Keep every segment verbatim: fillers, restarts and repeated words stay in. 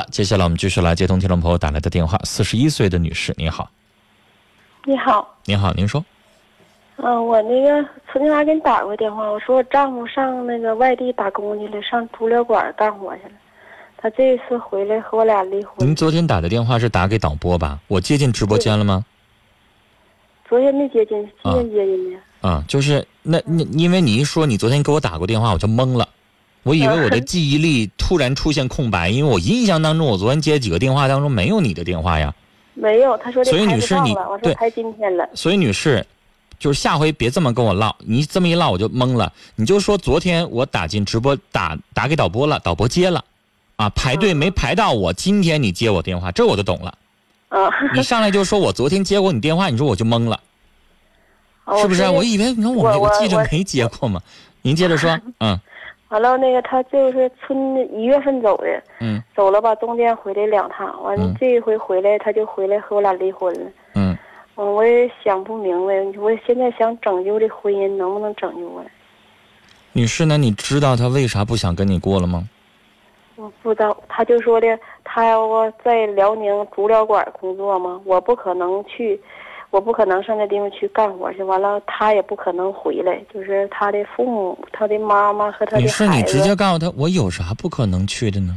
接下来我们继续来接通听众朋友打来的电话。四十一岁的女士，你好。 你好。 你好，您说。 嗯、呃，我那个曾经还给你打过电话，我说我丈夫上那个外地打工去了，上足疗馆干活去了。他这次回来和我俩离婚。 您昨天打的电话是打给导播吧？我接进直播间了吗？ 昨天没接进，今天接进的。 啊，就是那那因为你一说你昨天给我打过电话，我就懵了。我以为我的记忆力突然出现空白，因为我印象当中我昨天接几个电话当中没有你的电话呀。 没有，他说这所以女士你我说开今天了。 所以女士，就是下回别这么跟我唠，你这么一唠我就懵了。你就说昨天我打进直播打打给导播了，导播接了，啊排队没排到我，今天你接我电话，这我就懂了。 啊， 你上来就说我昨天接过你电话，你说我就懵了，是不是？我以为你说我们这个记者没接过嘛。您接着说，嗯。 完了，那个他就是春一月份走的， 嗯， 走了吧，中间回来两趟，完了、嗯、这一回回来他就回来和我俩离婚了， 嗯， 嗯，我也想不明白，我现在想拯救这婚姻，能不能拯救过来？ 女士呢？你知道他为啥不想跟你过了吗？ 我不知道，他就说的，他要在辽宁足疗馆工作嘛，我不可能去。我不可能上那地方去干活去，完了他也不可能回来，就是他的父母、他的妈妈和他的孩子。 你是你直接告诉他，我有啥不可能去的呢？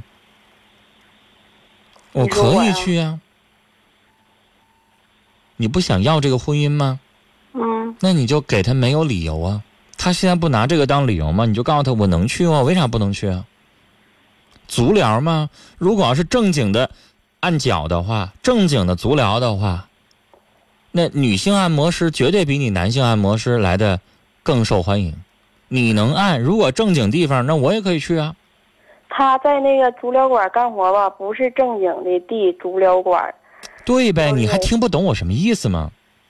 我可以去啊。你不想要这个婚姻吗？ 嗯。 那你就给他没有理由啊。他现在不拿这个当理由吗？你就告诉他，我能去吗？为啥不能去啊？足疗吗？如果要是正经的按脚的话，正经的足疗的话。那女性按摩师绝对比你男性按摩师来的更受欢迎。你能按，如果正经地方，那我也可以去啊。 他在那个足疗馆干活吧，不是正经的地足疗馆。 对呗，你还听不懂我什么意思吗？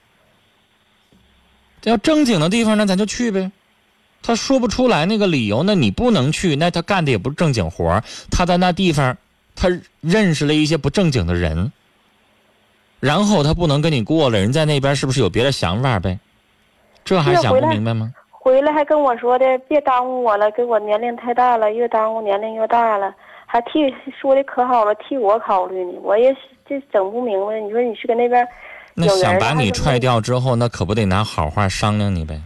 要正经的地方，那咱就去呗。他说不出来那个理由，那你不能去，那他干的也不是正经活，他在那地方，他认识了一些不正经的人。然后他不能跟你过了，人在那边是不是有别的想法呗？这还想不明白吗？ 回来还跟我说的，别耽误我了，给我年龄太大了，越耽误年龄越大了，还替说的可好了，替我考虑呢。我也这整不明白，你说你去跟那边那想把你踹掉之后，那可不得拿好话商量你呗？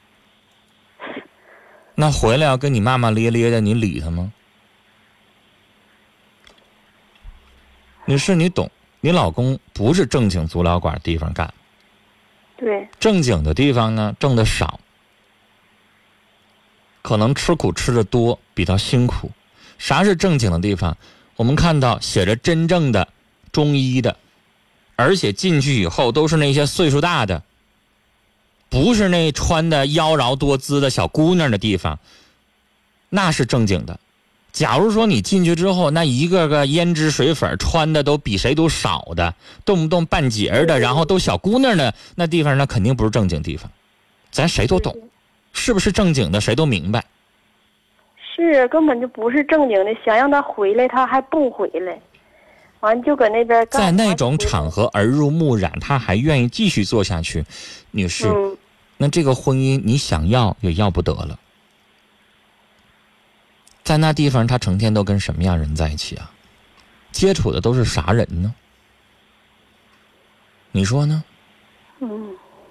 那回来要跟你骂骂咧咧的，你理他吗？女士，你懂。你老公不是正经足疗馆地方干， 对， 正经的地方呢挣得少，可能吃苦吃得多，比较辛苦。啥是正经的地方？我们看到写着真正的中医的，而且进去以后都是那些岁数大的，不是那穿的妖娆多姿的小姑娘的地方，那是正经的。假如说你进去之后，那一个个胭脂水粉穿的都比谁都少的，动不动半截的，然后都小姑娘的那地方，那肯定不是正经地方。咱谁都懂，是不是正经的谁都明白。 是根本就不是正经的，想让他回来他还不回来，完就搁那边干。 在那种场合耳濡目染，他还愿意继续做下去，女士， 嗯、 那这个婚姻你想要也要不得了。在那地方他成天都跟什么样人在一起啊？接触的都是啥人呢？你说呢？ 嗯。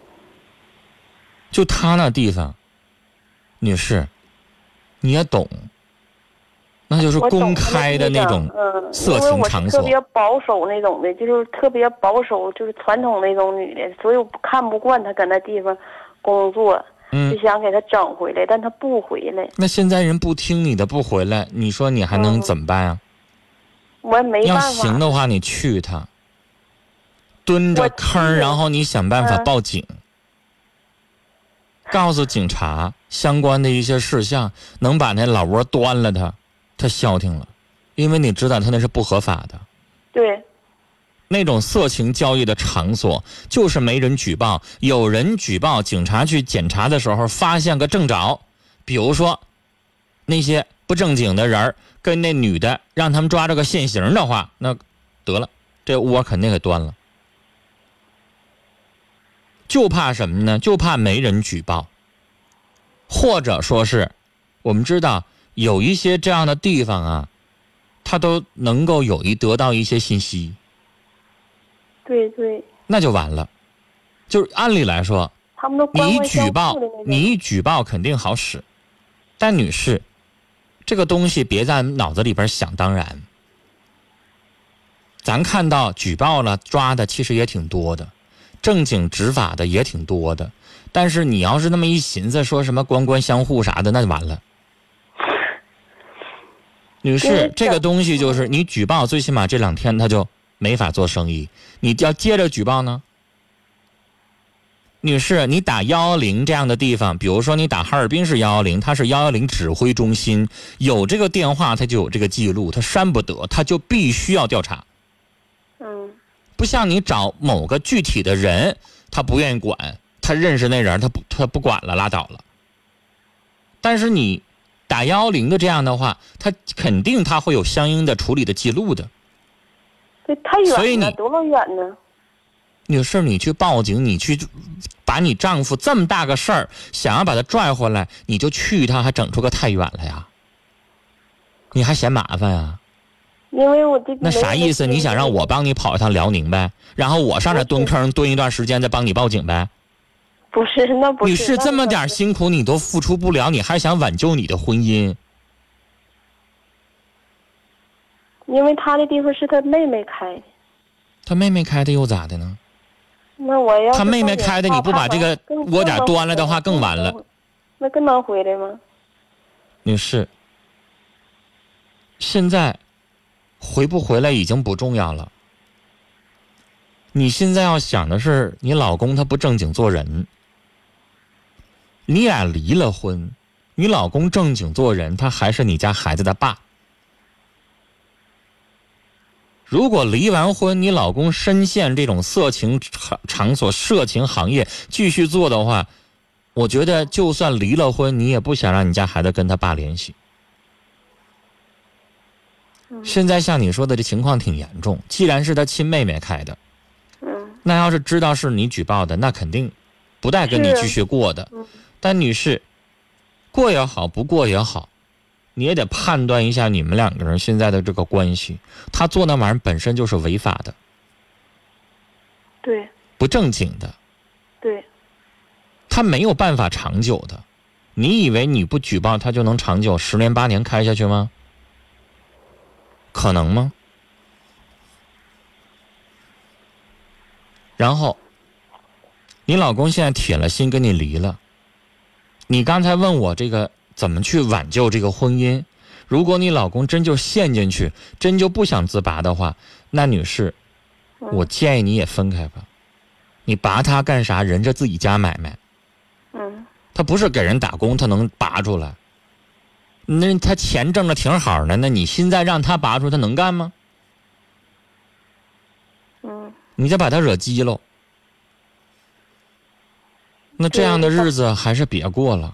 就他那地方，女士，你也懂，那就是公开的那种色情场所。 嗯、因为我是特别保守那种的，就是特别保守，就是传统那种女的，所以我看不惯他搁那地方工作。 嗯， 就想给他整回来，但他不回来。 那现在人不听你的不回来，你说你还能怎么办啊？ 嗯、我也没办法。 要行的话，你去他，蹲着坑，然后你想办法报警，嗯、告诉警察相关的一些事项，能把那老窝端了他，他消停了，因为你知道他那是不合法的。 对。 那种色情交易的场所就是没人举报，有人举报，警察去检查的时候发现个正着，比如说那些不正经的人跟那女的让他们抓着个现行的话，那得了，这窝肯定给端了。就怕什么呢？就怕没人举报，或者说是我们知道有一些这样的地方啊， 他都能够有一得到一些信息。 对对。 那就完了。就是按理来说， 他们都你一举报，你一举报肯定好使，但女士，这个东西别在脑子里边想当然。咱看到举报了抓的其实也挺多的，正经执法的也挺多的，但是你要是那么一寻思，说什么官官相护啥的，那就完了。女士，这个东西就是你举报，最起码这两天他就没法做生意。你要接着举报呢？女士，你打一一零这样的地方，比如说你打哈尔滨市一一零，它是一一零指挥中心，有这个电话它就有这个记录，它删不得，它就必须要调查。 嗯， 不像你找某个具体的人，他不愿意管，他认识那人，他不他不管了，拉倒了。但是你打一一零的这样的话，他肯定他会有相应的处理的记录的。 这太远了， 所以你多么远呢？ 女士，你去报警，你去把你丈夫这么大个事儿，想要把他拽回来，你就去一趟，还整出个太远了呀？你还嫌麻烦呀？ 因为我这那啥意思？你想让我帮你跑一趟辽宁呗？然后我上这蹲坑蹲一段时间，再帮你报警呗？ 不是，那不是。 女士，这么点辛苦你都付出不了，你还想挽救你的婚姻？ 因为他的地方是他妹妹开的。 他妹妹开的又咋的呢？ 那我要他妹妹开的，你不把这个窝点端了的话，更完了。 那更能回来吗？ 女士，现在回不回来已经不重要了。你现在要想的是，你老公他不正经做人。你俩离了婚，你老公正经做人，他还是你家孩子的爸。如果离完婚，你老公深陷这种色情场场所、色情行业继续做的话，我觉得就算离了婚，你也不想让你家孩子跟他爸联系。 嗯、 现在像你说的这情况挺严重，既然是他亲妹妹开的， 嗯， 那要是知道是你举报的，那肯定不带跟你继续过的。 嗯、 但女士，过也好，不过也好，你也得判断一下你们两个人现在的这个关系。他做那玩意儿本身就是违法的， 对， 不正经的， 对， 他没有办法长久的。你以为你不举报他就能长久十年八年开下去吗？可能吗？然后你老公现在铁了心跟你离了，你刚才问我这个怎么去挽救这个婚姻，如果你老公真就陷进去，真就不想自拔的话，那女士，我建议你也分开吧。你拔他干啥？人家自己家买卖， 嗯， 他不是给人打工，他能拔出来。那他钱挣的挺好的，那你现在让他拔出，他能干吗？ 嗯， 你再把他惹急喽。那这样的日子还是别过了，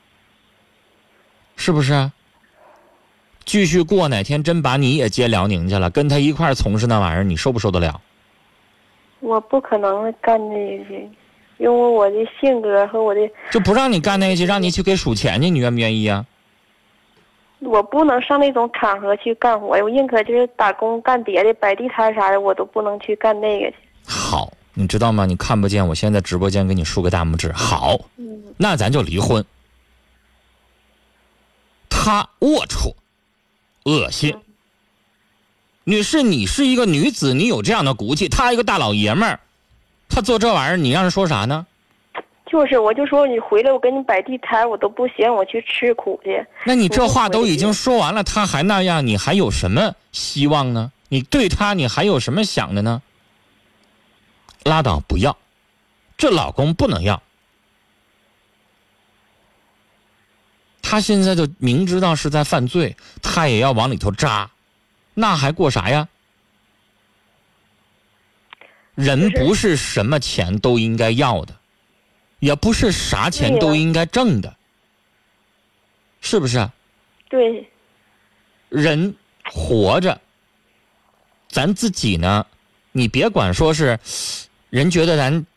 是不是啊？继续过，哪天真把你也接辽宁去了，跟他一块儿从事那玩意儿，你受不受得了？ 我不可能干这些，因为我的性格和我的就不让你干那些，让你去给数钱去，你愿不愿意啊？ 我不能上那种场合去干活，我宁可就是打工干别的，摆地摊啥的，我都不能去干那个去。 好，你知道吗？你看不见，我现在直播间给你竖个大拇指。好， 嗯， 那咱就离婚。他龌龊、恶心。 嗯、 女士，你是一个女子，你有这样的骨气，他一个大老爷们儿，他做这玩意儿，你让人说啥呢？ 就是，我就说你回来，我给你摆地摊，我都不嫌我去吃苦去。 那你这话都已经说完了，他还那样，你还有什么希望呢？你对他，你还有什么想的呢？拉倒，不要，这老公不能要。他现在就明知道是在犯罪，他也要往里头扎，那还过啥呀？人不是什么钱都应该要的。也不是啥钱都应该挣的，是不是？ 对。 人活着，咱自己呢，你别管说是人觉得咱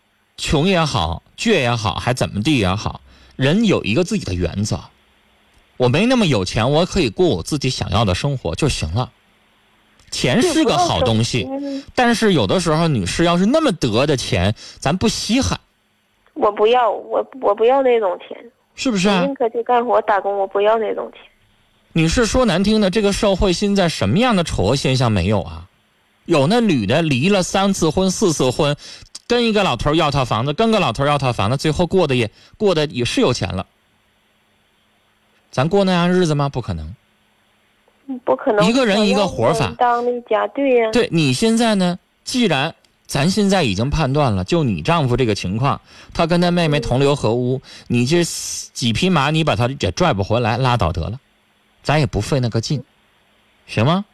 穷也好，倔也好，还怎么地也好，人有一个自己的原则。 我没那么有钱，我可以过我自己想要的生活就行了。钱是个好东西，但是有的时候女士要是那么得的钱，咱不稀罕。 我不要，我我不要那种钱， 是不是啊？ 宁可去干活打工，我不要那种钱。 女士，说难听的，这个社会现在什么样的丑恶现象没有啊？有那女的离了三次婚四次婚，跟一个老头要套房子，跟个老头要套房子，最后过得也过得也是有钱了。咱过那样日子吗？不可能。 不可能。 一个人一个活法。 当那家，对呀。 对，你现在呢？既然咱现在已经判断了，就你丈夫这个情况，他跟他妹妹同流合污，嗯、你这几匹马你把他也拽不回来，拉倒得了，咱也不费那个劲，行吗？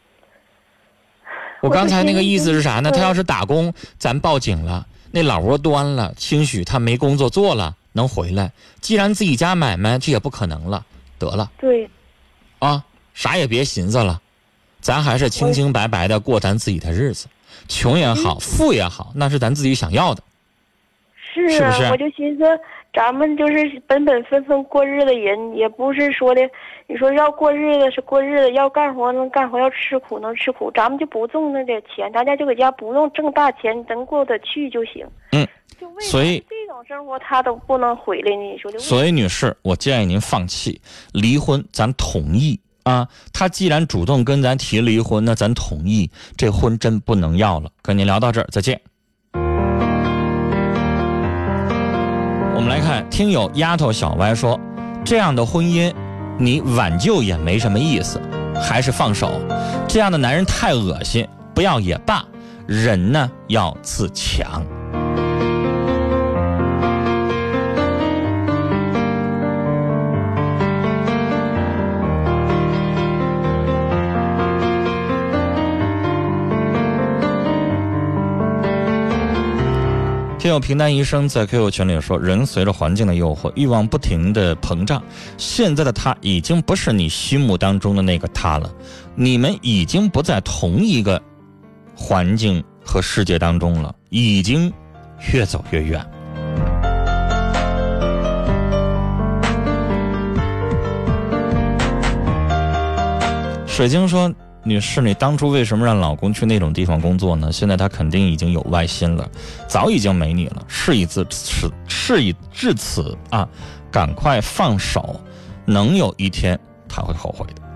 我刚才那个意思是啥呢？他要是打工，咱报警了，那老窝端了，兴许他没工作做了，能回来。既然自己家买卖，这也不可能了，得了。 对。 啊，啥也别寻思了，咱还是清清白白的过咱自己的日子。穷也好，富也好，那是咱自己想要的。 是啊， 是不是？ 我就寻思，咱们就是本本分分过日子人，也不是说的，你说要过日子是过日子，要干活能干活，要吃苦能吃苦，咱们就不挣那点钱，咱家就搁家不用挣大钱，能过得去就行。 嗯， 就为所以这种生活他都不能回来呢，你说的。 所以女士，我建议您放弃离婚，咱同意啊。他既然主动跟咱提离婚，那咱同意，这婚真不能要了。跟您聊到这儿，再见。我们来看听友丫头小歪说，这样的婚姻你挽救也没什么意思，还是放手。这样的男人太恶心，不要也罢，人呢要自强。听友平淡一生在 Q Q 群里说，人随着环境的诱惑，欲望不停的膨胀，现在的他已经不是你心目当中的那个他了，你们已经不在同一个环境和世界当中了，已经越走越远。水晶说，女士，你当初为什么让老公去那种地方工作呢？现在他肯定已经有外心了，早已经没你了。事已至此，事已至此啊，赶快放手，能有一天他会后悔的。